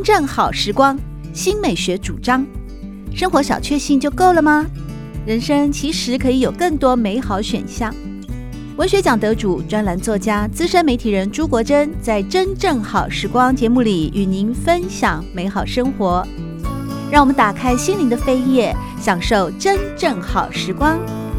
正好时光，新美学主张。生活小确幸就够了吗？人生其实可以有更多美好选项。文学奖得主、专栏作家、资深媒体人朱国珍在《真正好时光》节目里与您分享美好生活。让我们打开心灵的扉页，享受真正好时光。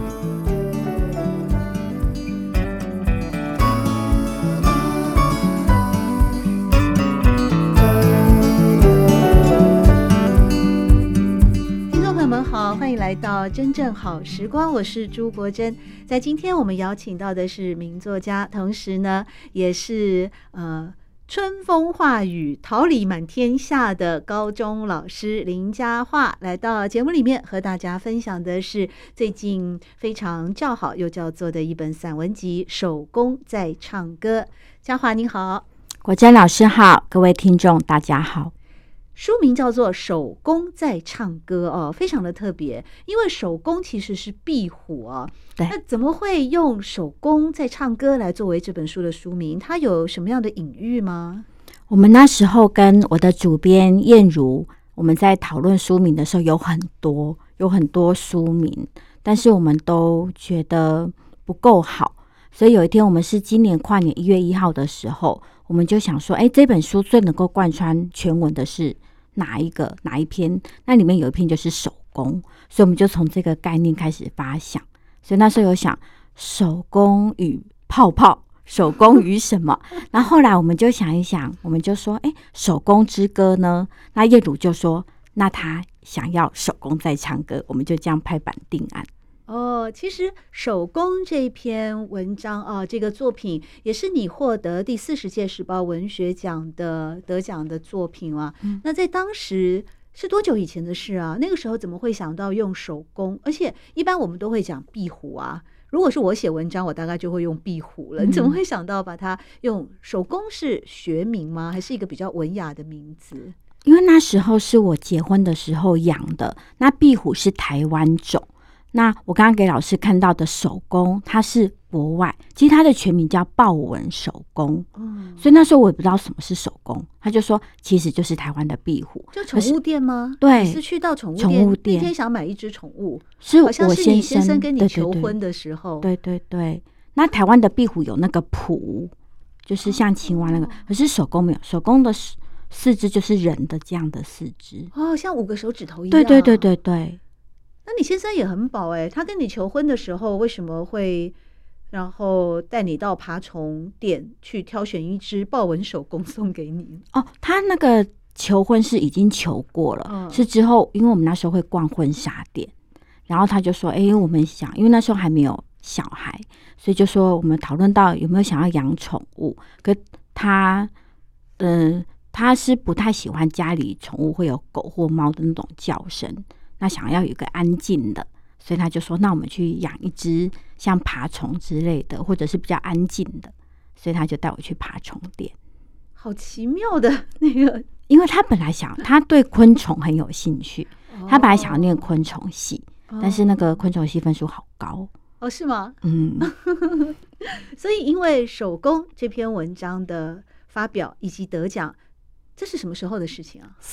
好，欢迎来到真正好时光，我是朱国珍。在今天我们邀请到的是名作家，同时呢也是春风化雨桃李满天下的高中老师林佳桦，来到节目里面和大家分享的是最近非常叫好又叫座的一本散文集《手工在唱歌》。佳桦你好。 国珍老师好，各位听众大家好。 书名叫做《手工在唱歌》哦，非常的特别，因为手工其实是壁虎哦。 对， 那怎么会用手工在唱歌来作为这本书的书名？它有什么样的隐喻吗？ 我们那时候跟我的主编燕如，我们在讨论书名的时候有很多书名，但是我们都觉得不够好，所以有一天我们是今年跨年1月1号的时候，我们就想说，这本书最能够贯穿全文的是哪一篇？那里面有一篇就是手工，所以我们就从这个概念开始发想。所以那时候有想手工与泡泡，手工与什么？然后后来我们就想一想，我们就说，手工之歌呢？那叶鲁就说，那他想要手工在唱歌，我们就这样拍板定案。 其实手工这篇文章这个作品也是你获得第40届时报文学奖的得奖的作品啊。那在当时是多久以前的事啊？那个时候怎么会想到用手工？而且一般我们都会讲壁虎啊，如果是我写文章，我大概就会用壁虎了。你怎么会想到把它用手工？是学名吗？还是一个比较文雅的名字？ 因为那时候是我结婚的时候养的，那壁虎是台湾种。那我刚刚给老师看到的手工，它是国外，其实它的全名叫豹纹手工。所以那时候我也不知道什么是手工，他就说其实就是台湾的壁虎。 就宠物店吗？ 对， 你是去到宠物店那天想买一只宠物， 是我好像是你先生跟你求婚的时候。 对对对，那台湾的壁虎有那个蹼，就是像青蛙那个，可是手工没有，手工的四肢就是人的这样的四肢。 像5个手指头一样。 对对对对对。 那你先生也很宝他跟你求婚的时候为什么会然后带你到爬虫店去挑选一只豹纹手工送给你？ 他那个求婚是已经求过了，是之后因为我们那时候会逛婚纱店，然后他就说我们想，因为那时候还没有小孩，所以就说我们讨论到有没有想要养宠物，可他是不太喜欢家里宠物会有狗或猫的那种叫声，那想要有一个安静的，所以他就说那我们去养一只像爬虫之类的，或者是比较安静的，所以他就带我去爬虫店。 好奇妙的那个， 因为他本来他对昆虫很有兴趣，他本来想要念昆虫系，但是那个昆虫系分数好高。 是吗？所以因为手工这篇文章的发表以及得奖，这是什么时候的事情啊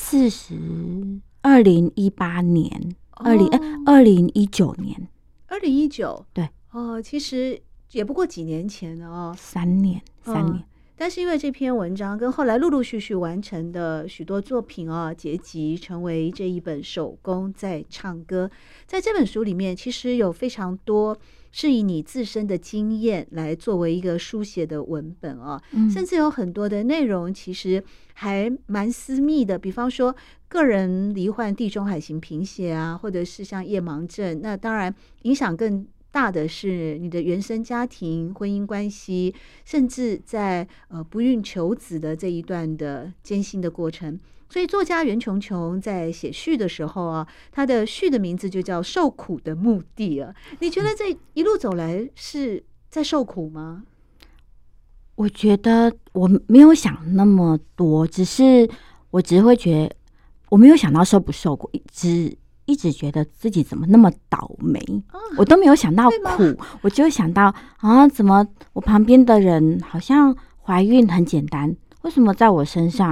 ？2018年，2019年 ，2019， 对， 其实也不过几年前了 3年。 但是因为这篇文章跟后来陆陆续续完成的许多作品结集，成为这一本手工在唱歌。在这本书里面，其实有非常多是以你自身的经验来作为一个书写的文本甚至有很多的内容其实还蛮私密的，比方说个人罹患地中海型贫血啊，或者是像夜盲症，那当然影响更大的是你的原生家庭、婚姻关系，甚至在不孕求子的这一段的艰辛的过程。所以作家袁琼琼在写序的时候他的序的名字就叫《受苦的目的》你觉得这一路走来是在受苦吗？ 我觉得我没有想那么多，我只会觉得我没有想到受不受苦，一直觉得自己怎么那么倒霉，我都没有想到苦，我就想到怎么我旁边的人好像怀孕很简单，为什么在我身上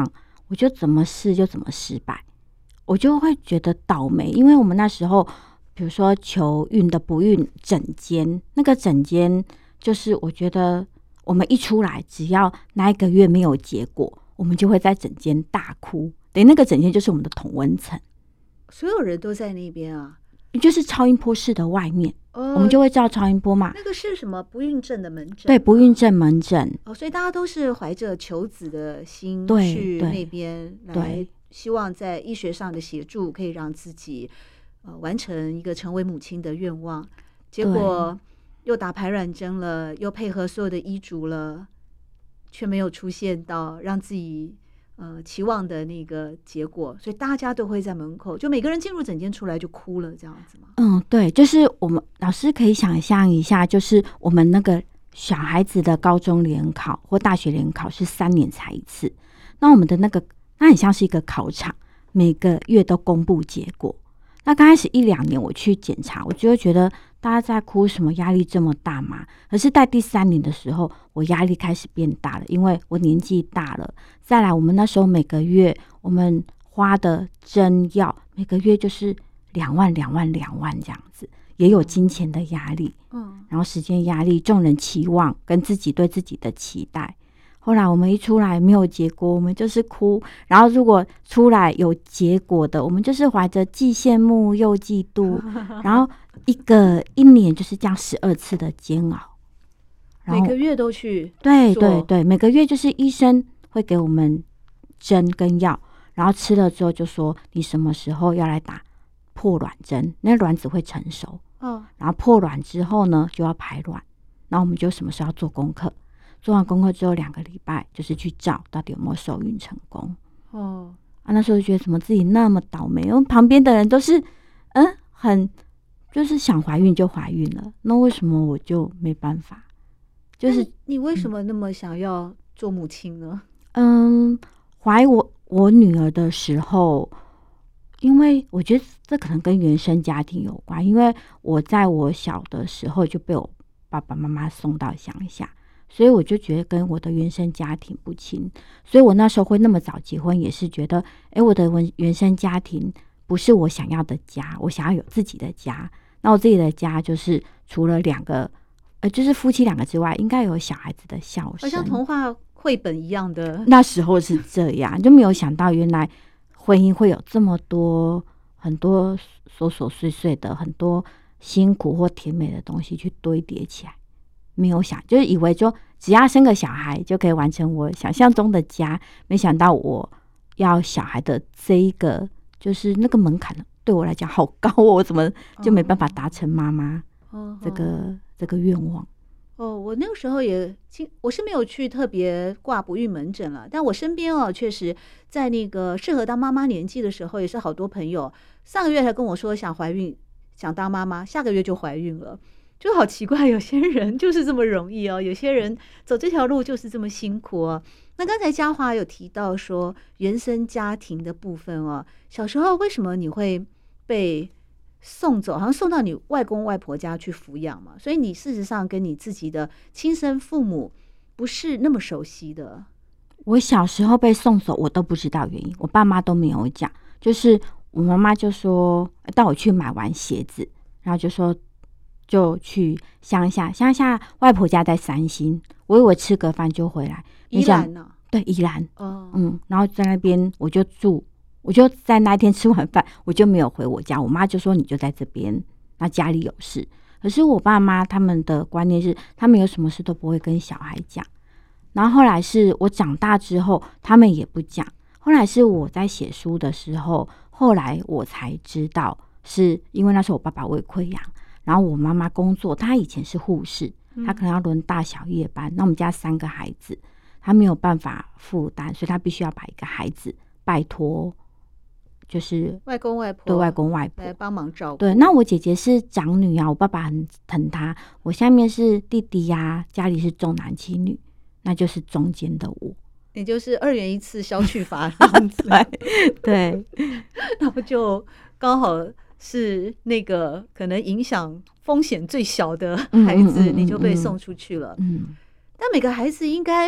我就怎么试就怎么失败，我就会觉得倒霉。因为我们那时候比如说求孕的不孕诊间，那个诊间就是我觉得我们一出来，只要那一个月没有结果，我们就会在诊间大哭。等于那个诊间就是我们的同温层， 所有人都在那边啊， 就是超音波室的外面，我们就会照超音波嘛。 那个是什么不孕症的门诊？ 对，不孕症门诊。 所以大家都是怀着求子的心对去那边来，希望在医学上的协助可以让自己完成一个成为母亲的愿望。结果又打排卵针了，又配合所有的医嘱了，却没有出现到让自己期望的那个结果，所以大家都会在门口，就每个人进入诊间出来就哭了，这样子吗？ 对，就是我们老师可以想象一下，就是我们那个小孩子的高中联考或大学联考是3年才一次，那我们的那很像是一个考场，每个月都公布结果。那刚开始1-2年我去检查，我就会觉得大家在哭什么，压力这么大嘛？可是在第3年的时候，我压力开始变大了，因为我年纪大了。再来，我们那时候每个月我们花的针药，每个月就是2万这样子，也有金钱的压力，然后时间压力、众人期望跟自己对自己的期待。后来我们一出来没有结果，我们就是哭，然后如果出来有结果的，我们就是怀着既羡慕又嫉妒，然后一年就是这样12次的煎熬， 每个月都去对，每个月就是医生会给我们针跟药，然后吃了之后就说你什么时候要来打破卵针，那卵子会成熟，然后破卵之后呢就要排卵，然后我们就什么时候要做功课，做完功课之后2个礼拜就是去照到底有没有受孕成功。那时候就觉得怎么自己那么倒霉，因为旁边的人都是很就是想怀孕就怀孕了，那为什么我就没办法？就是你为什么那么想要做母亲呢？ 怀我女儿的时候，因为我觉得这可能跟原生家庭有关，因为我在我小的时候就被我爸爸妈妈送到乡下，所以我就觉得跟我的原生家庭不亲，所以我那时候会那么早结婚，也是觉得我的原生家庭不是我想要的家，我想要有自己的家。那我自己的家就是除了2个就是夫妻2个之外，应该有小孩子的笑声， 好像童话绘本一样的。 那时候是这样，就没有想到原来婚姻会有这么多很多琐琐碎碎的很多辛苦或甜美的东西去堆叠起来，没有想，就是以为就只要生个小孩就可以完成我想象中的家，没想到我要小孩的这一个就是那个门槛对我来讲好高我怎么就没办法达成妈妈这个愿望。 我那个时候我是没有去特别挂不孕门诊了，但我身边确实在那个适合当妈妈年纪的时候，也是好多朋友上个月才跟我说想怀孕想当妈妈，下个月就怀孕了，就好奇怪，有些人就是这么容易有些人走这条路就是这么辛苦那刚才嘉华有提到说原生家庭的部分小时候为什么你会被送走，好像送到你外公外婆家去抚养嘛，所以你事实上跟你自己的亲生父母不是那么熟悉的。 我小时候被送走我都不知道原因，我爸妈都没有讲，就是我妈妈就说带我去买完鞋子，然后就说就去乡下外婆家在3星，我以为吃个饭就回来， 宜兰呢？ 对，宜兰然后在那边我就在那一天吃完饭我就没有回我家，我妈就说你就在这边，那家里有事。可是我爸妈他们的观念是他们有什么事都不会跟小孩讲，然后后来是我长大之后他们也不讲，后来是我在写书的时候，后来我才知道是因为那时候我爸爸胃溃疡，然后我妈妈工作，她以前是护士，她可能要轮大小夜班，那我们家3个孩子她没有办法负担，所以她必须要把一个孩子拜托就是外公外婆， 对，外公外婆来帮忙照顾。 对，那我姐姐是长女我爸爸很疼她，我下面是弟弟家里是重男轻女，那就是中间的我， 你就是2元1次消去法这样子对那不就刚好是那个可能影响风险最小的孩子，你就被送出去了。但每个孩子应该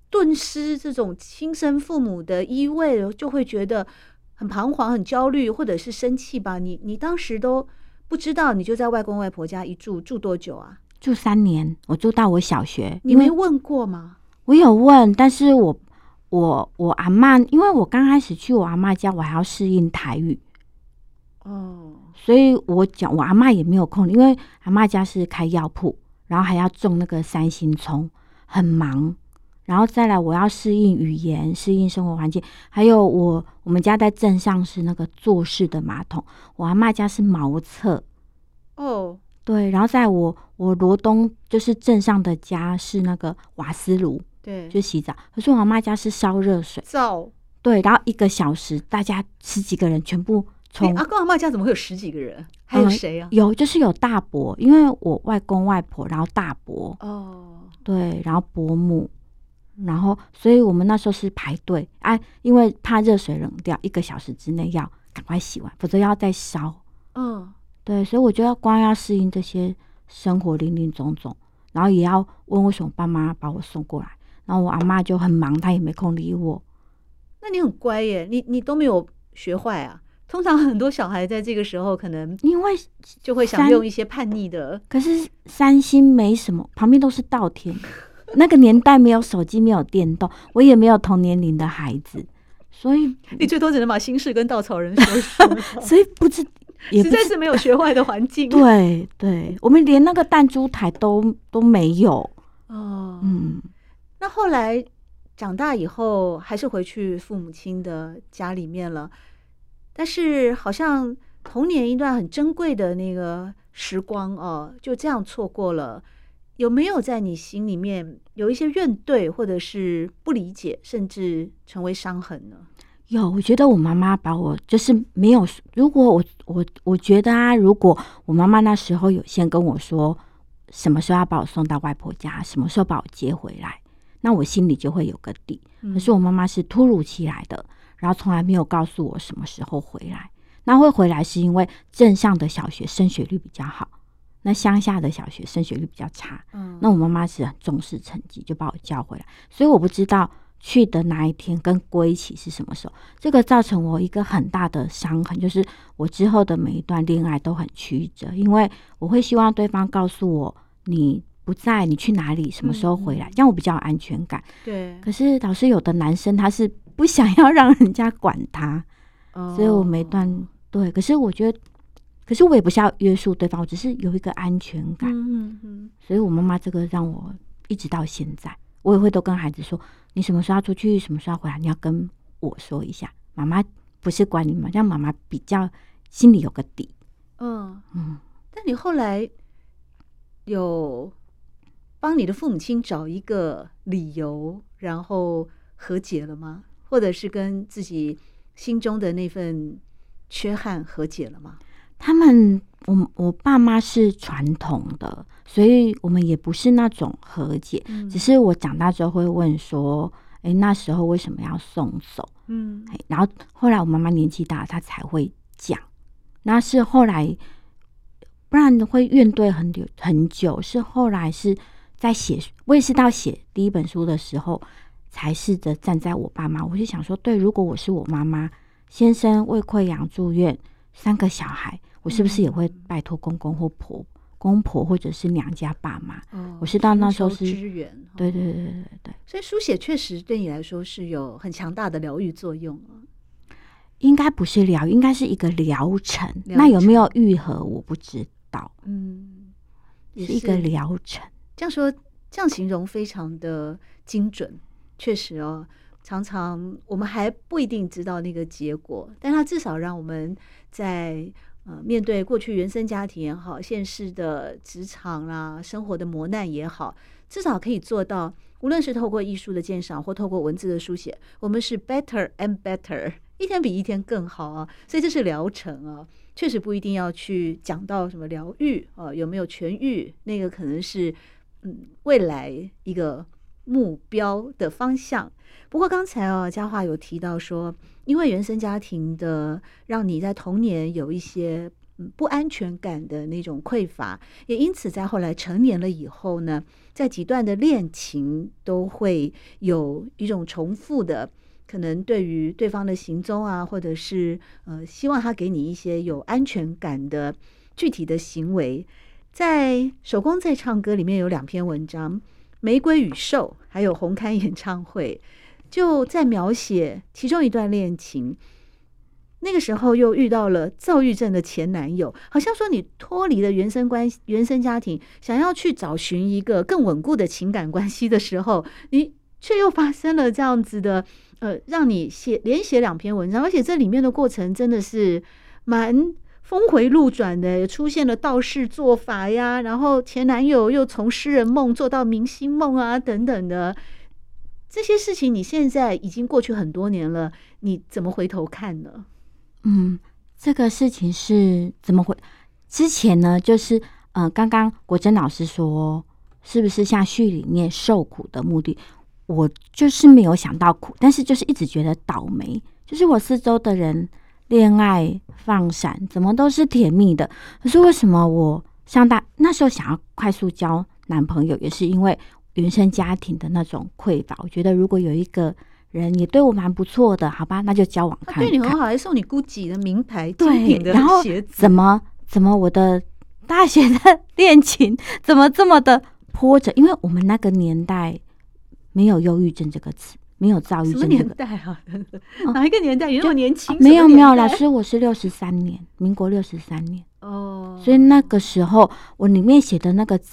顿失这种亲生父母的依偎，就会觉得很彷徨、很焦虑，或者是生气吧？你当时都不知道，你就在外公外婆家一住多久啊？ 住3年，我住到我小学。 你没问过吗？ 我有问，但是我阿嬷，因为我刚开始去我阿嬷家，我还要适应台语。所以我阿嬷也没有空，因为阿嬷家是开药铺，然后还要种那个3星葱，很忙。然后再来我要适应语言，适应生活环境，还有我们家在镇上是那个坐式的马桶，我阿嬷家是茅厕。对，然后在我罗东就是镇上的家是那个瓦斯炉， 对， 就洗澡。可是我阿嬷家是烧热水灶， 对，然后1个小时大家10几个人全部从阿公阿嬷家怎么会有10几个人？还有谁啊？ 就是有大伯，因为我外公外婆，然后大伯对，然后伯母，然后所以我们那时候是排队因为怕热水冷掉，1个小时之内要赶快洗完，否则要再烧。对，所以我觉得光要适应这些生活林林总总，然后也要问为什么爸妈把我送过来，然后我阿嬷就很忙，她也没空理我。 那你很乖耶，你都没有学坏啊？通常很多小孩在这个时候可能因为就会想用一些叛逆的， 可是3星没什么，旁边都是稻田，那个年代没有手机，没有电动，我也没有同年龄的孩子，所以你最多只能把心事跟稻草人说说。 所以实在是没有学坏的环境。 对，我们连那个弹珠台都没有。 那后来长大以后，还是回去父母亲的家里面了，但是好像童年一段很珍贵的那个时光就这样错过了。有没有在你心里面有一些怨怼，或者是不理解，甚至成为伤痕呢？ 有，我觉得我妈妈把我就是没有。如果我觉得如果我妈妈那时候有先跟我说什么时候要把我送到外婆家，什么时候把我接回来，那我心里就会有个底。可是我妈妈是突如其来的，然后从来没有告诉我什么时候回来。那会回来是因为镇上的小学升学率比较好，那乡下的小学升学率比较差。那我妈妈是很重视成绩，就把我叫回来。所以我不知道去的那一天跟归期是什么时候，这个造成我一个很大的伤痕，就是我之后的每一段恋爱都很曲折，因为我会希望对方告诉我你不在，你去哪里，什么时候回来，这样我比较有安全感。 对。 可是老师有的男生他是不想要让人家管他，所以我每段对，可是我觉得，可是我也不是要约束对方，我只是有一个安全感。所以我妈妈这个让我一直到现在，我也会都跟孩子说，你什么时候要出去，什么时候要回来，你要跟我说一下。妈妈不是管你们，让妈妈比较心里有个底。 但你后来有帮你的父母亲找一个理由，然后和解了吗？或者是跟自己心中的那份缺憾和解了吗？ 我爸妈是传统的，所以我们也不是那种和解。只是我长大之后会问说，那时候为什么要送走？然后后来我妈妈年纪大，她才会讲。那是后来，不然会怨怼很久。是后来是在我也是到写第一本书的时候，才试着站在我爸妈。我就想说，对，如果我是我妈妈，先生胃溃疡住院，3个小孩，我是不是也会拜托公公或公婆或者是娘家爸妈？我是到那时候是支援。 对。 所以书写确实对你来说是有很强大的疗愈作用。 应该不是疗愈，应该是一个疗程。那有没有愈合我不知道。是一个疗程。 这样说，这样形容非常的精准。确实常常我们还不一定知道那个结果，但它至少让我们在面对过去原生家庭也好，现世的职场啦、生活的磨难也好，至少可以做到，无论是透过艺术的鉴赏或透过文字的书写，我们是 better and better， 一天比一天更好所以这是疗程确实不一定要去讲到什么疗愈有没有痊愈，那个可能是未来一个目标的方向。不过刚才佳桦有提到说，因为原生家庭的让你在童年有一些不安全感的那种匮乏，也因此在后来成年了以后呢，在几段的恋情都会有一种重复的，可能对于对方的行踪啊，或者是希望他给你一些有安全感的具体的行为。在手工在唱歌里面有2篇文章，玫瑰与兽还有红磡演唱会，就在描写其中一段恋情。那个时候又遇到了躁郁症的前男友，好像说你脱离了原生家庭，想要去找寻一个更稳固的情感关系的时候，你却又发生了这样子的让你连写2篇文章，而且这里面的过程真的是蛮峰回路转的，出现了道士做法呀，然后前男友又从诗人梦做到明星梦啊等等的这些事情，你现在已经过去很多年了，你怎么回头看呢？ 这个事情是怎么回？之前呢，就是刚刚国珍老师说，是不是像序里面受苦的目的？我就是没有想到苦，但是就是一直觉得倒霉，就是我4周的人恋爱放闪，怎么都是甜蜜的，可是为什么我那时候想要快速交男朋友，也是因为原生家庭的那种匮乏。我觉得如果有一个人也对我蛮不错的，好吧，那就交往看看。 对你很好，还送你 GUCCI 的名牌精品的鞋子。 然后怎么我的大学的恋情怎么这么的波折？因为我们那个年代没有忧郁症这个词，没有躁郁症、这个。什么年代啊？哪一个年代？你那么年轻？ 没有，老师，我是63年，民国63年。所以那个时候我里面写的那个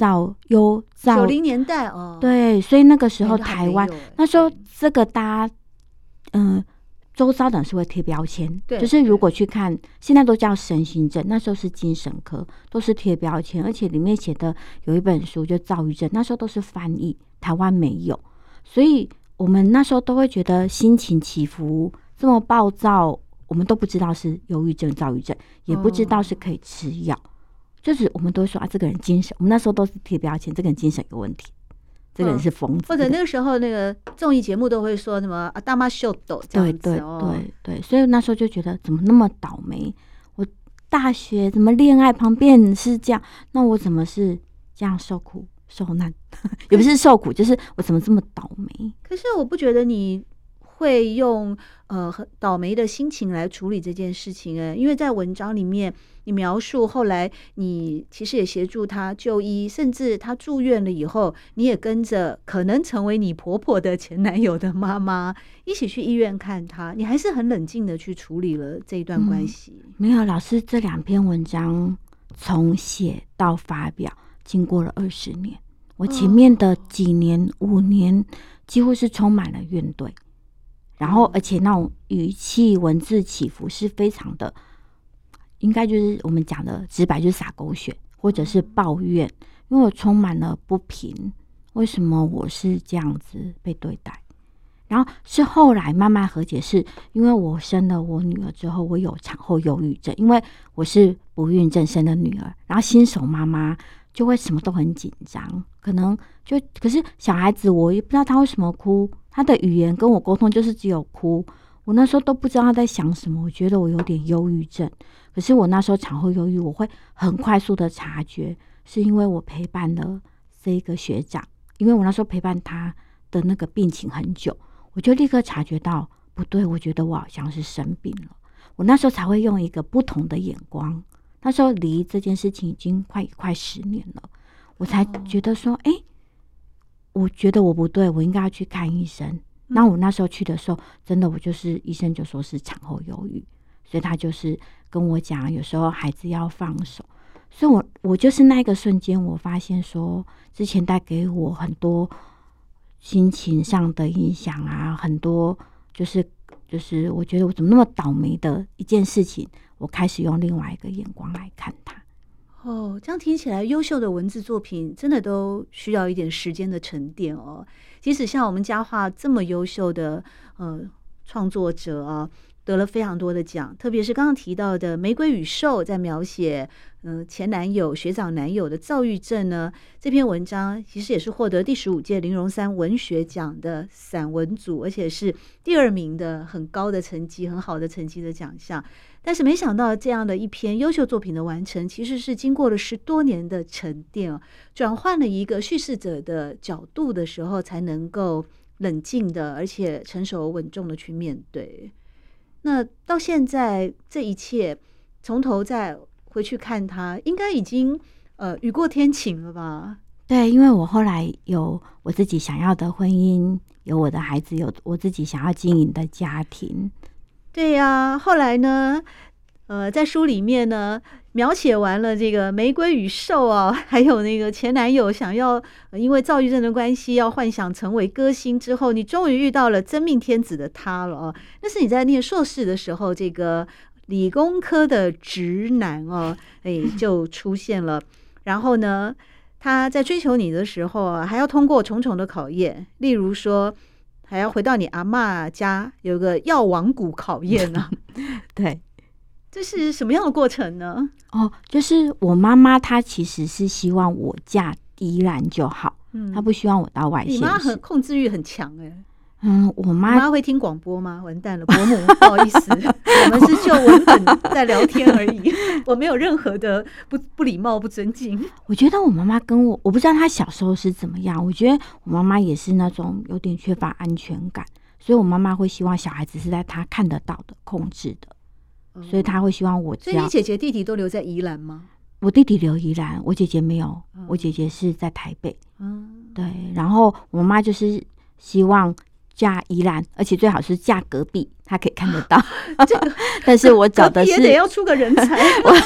90 年代哦， 对，所以那个时候台湾那时候这个大家周遭的是会贴标签，就是如果去看现在都叫身心症，那时候是精神科，都是贴标签，而且里面写的有一本书就躁郁症，那时候都是翻译，台湾没有，所以我们那时候都会觉得心情起伏这么暴躁，我们都不知道是忧郁症、躁郁症，也不知道是可以吃药，就是我们都会说这个人精神，我们那时候都是贴标签，这个人精神有问题，这个人是疯子， 或者那个时候那个综艺节目都会说什么大妈秀斗这样子。 对，所以那时候就觉得怎么那么倒霉，我大学怎么恋爱旁边是这样，那我怎么是这样受苦受难也不是受苦，就是我怎么这么倒霉。 可是我不觉得你会用很倒霉的心情来处理这件事情因为在文章里面你描述后来你其实也协助他就医，甚至他住院了以后，你也跟着可能成为你婆婆的前男友的妈妈一起去医院看他，你还是很冷静的去处理了这一段关系。 没有，老师，这2篇文章从写到发表经过了20年，我前面的几年5年几乎是充满了怨怼，然后而且那种语气文字起伏是非常的，应该就是我们讲的直白，就是撒狗血或者是抱怨，因为我充满了不平，为什么我是这样子被对待。然后是后来慢慢和解，是因为我生了我女儿之后，我有产后忧郁症，因为我是不孕症生的女儿，然后新手妈妈就会什么都很紧张，可是小孩子我也不知道他为什么哭，他的语言跟我沟通就是只有哭，我那时候都不知道他在想什么，我觉得我有点忧郁症。可是我那时候产后忧郁，我会很快速的察觉，是因为我陪伴了这个学长，因为我那时候陪伴他的那个病情很久，我就立刻察觉到不对，我觉得我好像是生病了，我那时候才会用一个不同的眼光。那时候离这件事情已经快10年了，我才觉得说我觉得我不对，我应该要去看医生。那我那时候去的时候，真的我就是医生就说是产后忧郁，所以他就是跟我讲有时候孩子要放手，所以我就是那个瞬间我发现说之前带给我很多心情上的影响啊，很多就是我觉得我怎么那么倒霉的一件事情，我开始用另外一个眼光来看它。 这样听起来优秀的文字作品真的都需要一点时间的沉淀哦。即使像我们佳话这么优秀的创作者啊，得了非常多的奖，特别是刚刚提到的《玫瑰与兽》，在描写前男友、学长男友的躁郁症呢。这篇文章其实也是获得第15届林荣三文学奖的散文组，而且是第2名的很高的成绩、很好的成绩的奖项。但是没想到这样的一篇优秀作品的完成，其实是经过了10多年的沉淀，转换了一个叙事者的角度的时候，才能够冷静的而且成熟稳重的去面对。那到现在这一切从头再回去看它，应该已经雨过天晴了吧？ 对，因为我后来有我自己想要的婚姻，有我的孩子，有我自己想要经营的家庭。 对呀，后来呢在书里面呢描写完了这个玫瑰与兽啊，还有那个前男友想要因为躁郁症的关系要幻想成为歌星之后，你终于遇到了真命天子的他了哦。那是你在念硕士的时候，这个理工科的直男哦，就出现了。然后呢，他在追求你的时候啊，还要通过重重的考验，例如说还要回到你阿嬷家有个药王谷考验啊。 对， 这是什么样的过程呢？ 就是我妈妈她其实是希望我嫁宜兰就好，她不希望我到外县市。 你妈很控制欲很强我妈会听广播吗？完蛋了，伯母，不好意思，我们是就文本在聊天而已，我没有任何的不礼貌、不尊敬。 我觉得我妈妈跟我不知道她小时候是怎么样，我觉得我妈妈也是那种有点缺乏安全感，所以我妈妈会希望小孩子是在她看得到的、控制的，所以她会希望我。 所以你姐姐弟弟都留在宜兰吗？ 我弟弟留宜兰，我姐姐没有，我姐姐是在台北。对，然后我妈妈就是希望嫁宜兰，而且最好是嫁隔壁，她可以看得到。但是我找的是隔壁也得要出个人才。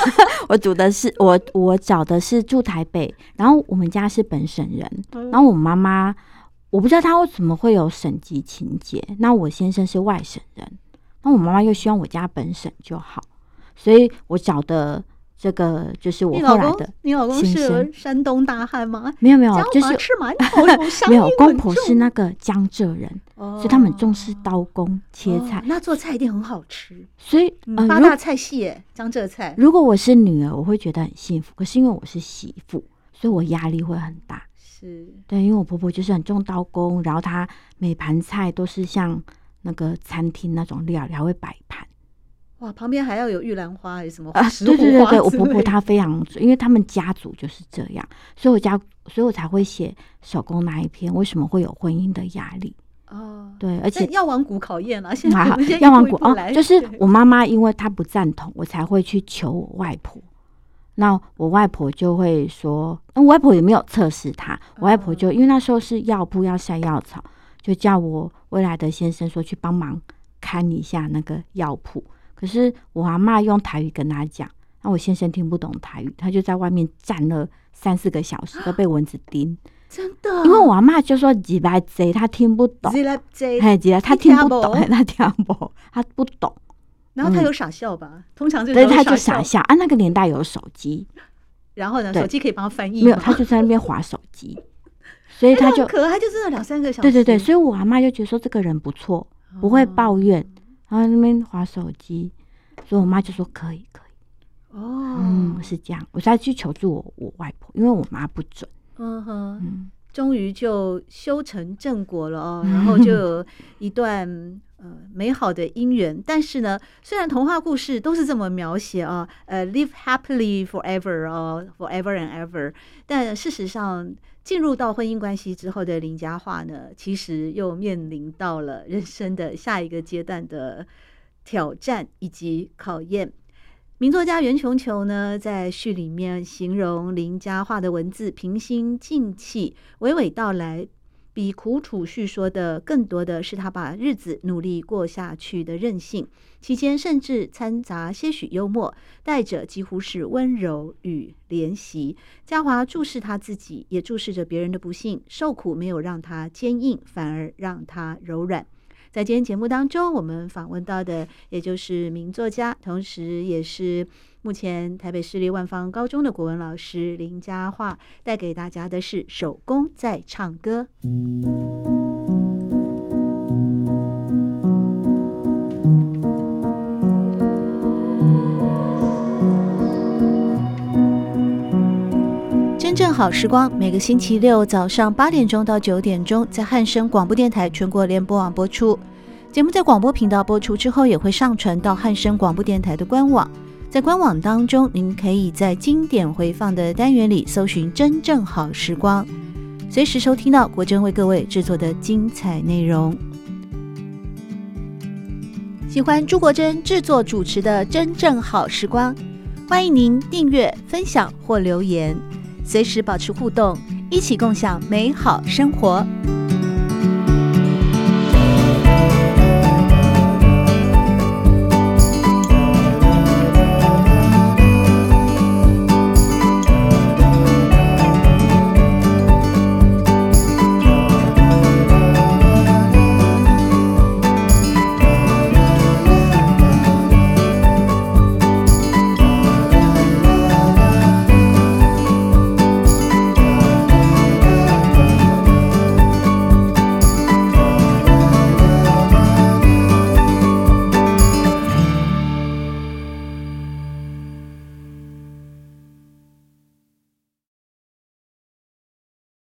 我找的是住台北，然后我们家是本省人，然后我妈妈我不知道她为什么会有省级情节，那我先生是外省人，那我妈妈又希望我家本省就好，所以我找的这个就是我后来的。 你老公是山东大汉吗？ 没有，就是吃馒头， 没有，公婆是那个江浙人，所以他们重视刀工切菜， 那做菜一定很好吃。 所以 8大菜系耶，江浙菜。 如果我是女儿，我会觉得很幸福，可是因为我是媳妇，所以我压力会很大。 是， 对，因为我婆婆就是很重刀工，然后她每盘菜都是像那个餐厅那种料理，还会摆盘。 哇，旁边还要有玉兰花还是什么花？ 对，我婆婆她非常，因为他们家族就是这样，所以我才会写手工那一篇。为什么会有婚姻的压力？对，而且药王谷考验啊，现在我们先药王谷就是对， 我妈妈因为她不赞同，我才会去求我外婆。那我外婆就会说，我外婆也没有测试她，我外婆就因为那时候是药铺要晒药草，就叫我未来的先生说去帮忙看一下那个药铺。可是我阿嬷用台语跟他讲，那我先生听不懂台语，他就在外面站了3-4个小时，都被蚊子叮。 真的？ 因为我阿嬷就说几来贼，他听不懂。 几来贼， 他听不懂，他听不，他不懂。 然后他有傻笑吧？通常对，他就傻笑啊。那个年代有手机， 然后呢，手机可以帮他翻译吗？ 没有，他就在那边滑手机，所以他就可爱，就真的2-3个小时。 对，所以我阿嬷就觉得说这个人不错，不会抱怨。然后那边滑手机，所以我妈就说可以。是这样，我再去求助我外婆，因为我妈不准。 终于就修成正果了哦，然后就有一段美好的姻缘。但是呢，虽然童话故事都是这么描写啊，live happily forever 哦，forever and ever， 但事实上进入到婚姻关系之后的林佳桦呢，其实又面临到了人生的下一个阶段的挑战以及考验。名作家袁琼球呢，在序里面形容林佳桦的文字平心静气，娓娓道来，比苦楚叙说的更多的是他把日子努力过下去的韧性，其间甚至掺杂些许幽默，带着几乎是温柔与怜惜。佳桦注视他自己，也注视着别人的不幸，受苦没有让他坚硬，反而让他柔软。在今天节目当中，我们访问到的也就是名作家，同时也是目前台北市立万芳高中的国文老师林佳桦，带给大家的是手工在唱歌。 正好时光每个星期六早上8点钟到9点钟在汉声广播电台全国联播网播出。节目在广播频道播出之后，也会上传到汉声广播电台的官网。在官网当中，您可以在经典回放的单元里搜寻真正好时光，随时收听到国珍为各位制作的精彩内容。喜欢朱国珍制作主持的真正好时光，欢迎您订阅、分享或留言，随时保持互动，一起共享美好生活。